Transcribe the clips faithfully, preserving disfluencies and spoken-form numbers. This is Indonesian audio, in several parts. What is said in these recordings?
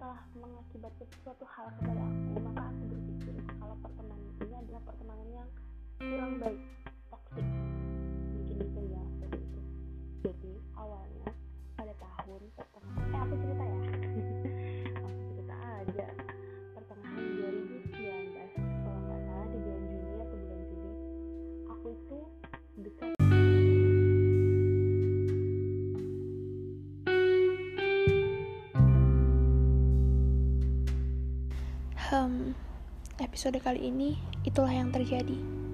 malah mengakibatkan suatu hal kepada aku, maka aku berpikir kalau pertemanan ini adalah pertemanan yang kurang baik, toksik, mungkin gitu ya, seperti itu. Jadi awalnya pada tahun pertengahan, eh aku cerita ya, aku cerita aja, pertengahan dua ribu sembilan belas, kalau nggak salah di bulan Juni atau bulan Juli, aku itu dekat. Hmm, episode kali ini itulah yang terjadi.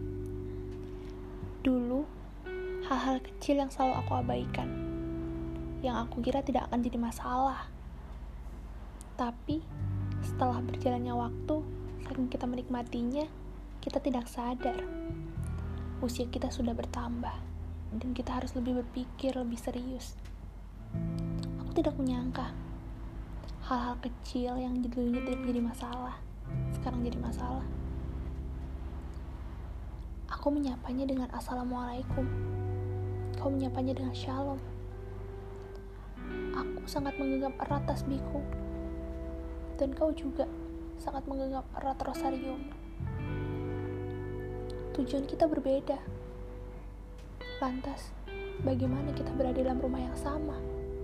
Dulu, hal-hal kecil yang selalu aku abaikan, yang aku kira tidak akan jadi masalah. Tapi, setelah berjalannya waktu, saking kita menikmatinya, kita tidak sadar. Usia kita sudah bertambah, dan kita harus lebih berpikir, lebih serius. Aku tidak menyangka, hal-hal kecil yang dulunya tidak menjadi masalah, sekarang jadi masalah. Aku menyapanya dengan assalamualaikum. Kau menyapanya dengan shalom. Aku sangat menggenggam erat tasbihku. Dan kau juga sangat menggenggam erat rosarium. Tujuan kita berbeda. Lantas, bagaimana kita berada dalam rumah yang sama?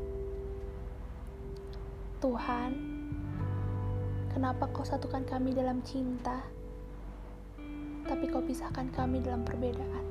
Tuhan, kenapa kau satukan kami dalam cinta, tapi kau pisahkan kami dalam perbedaan?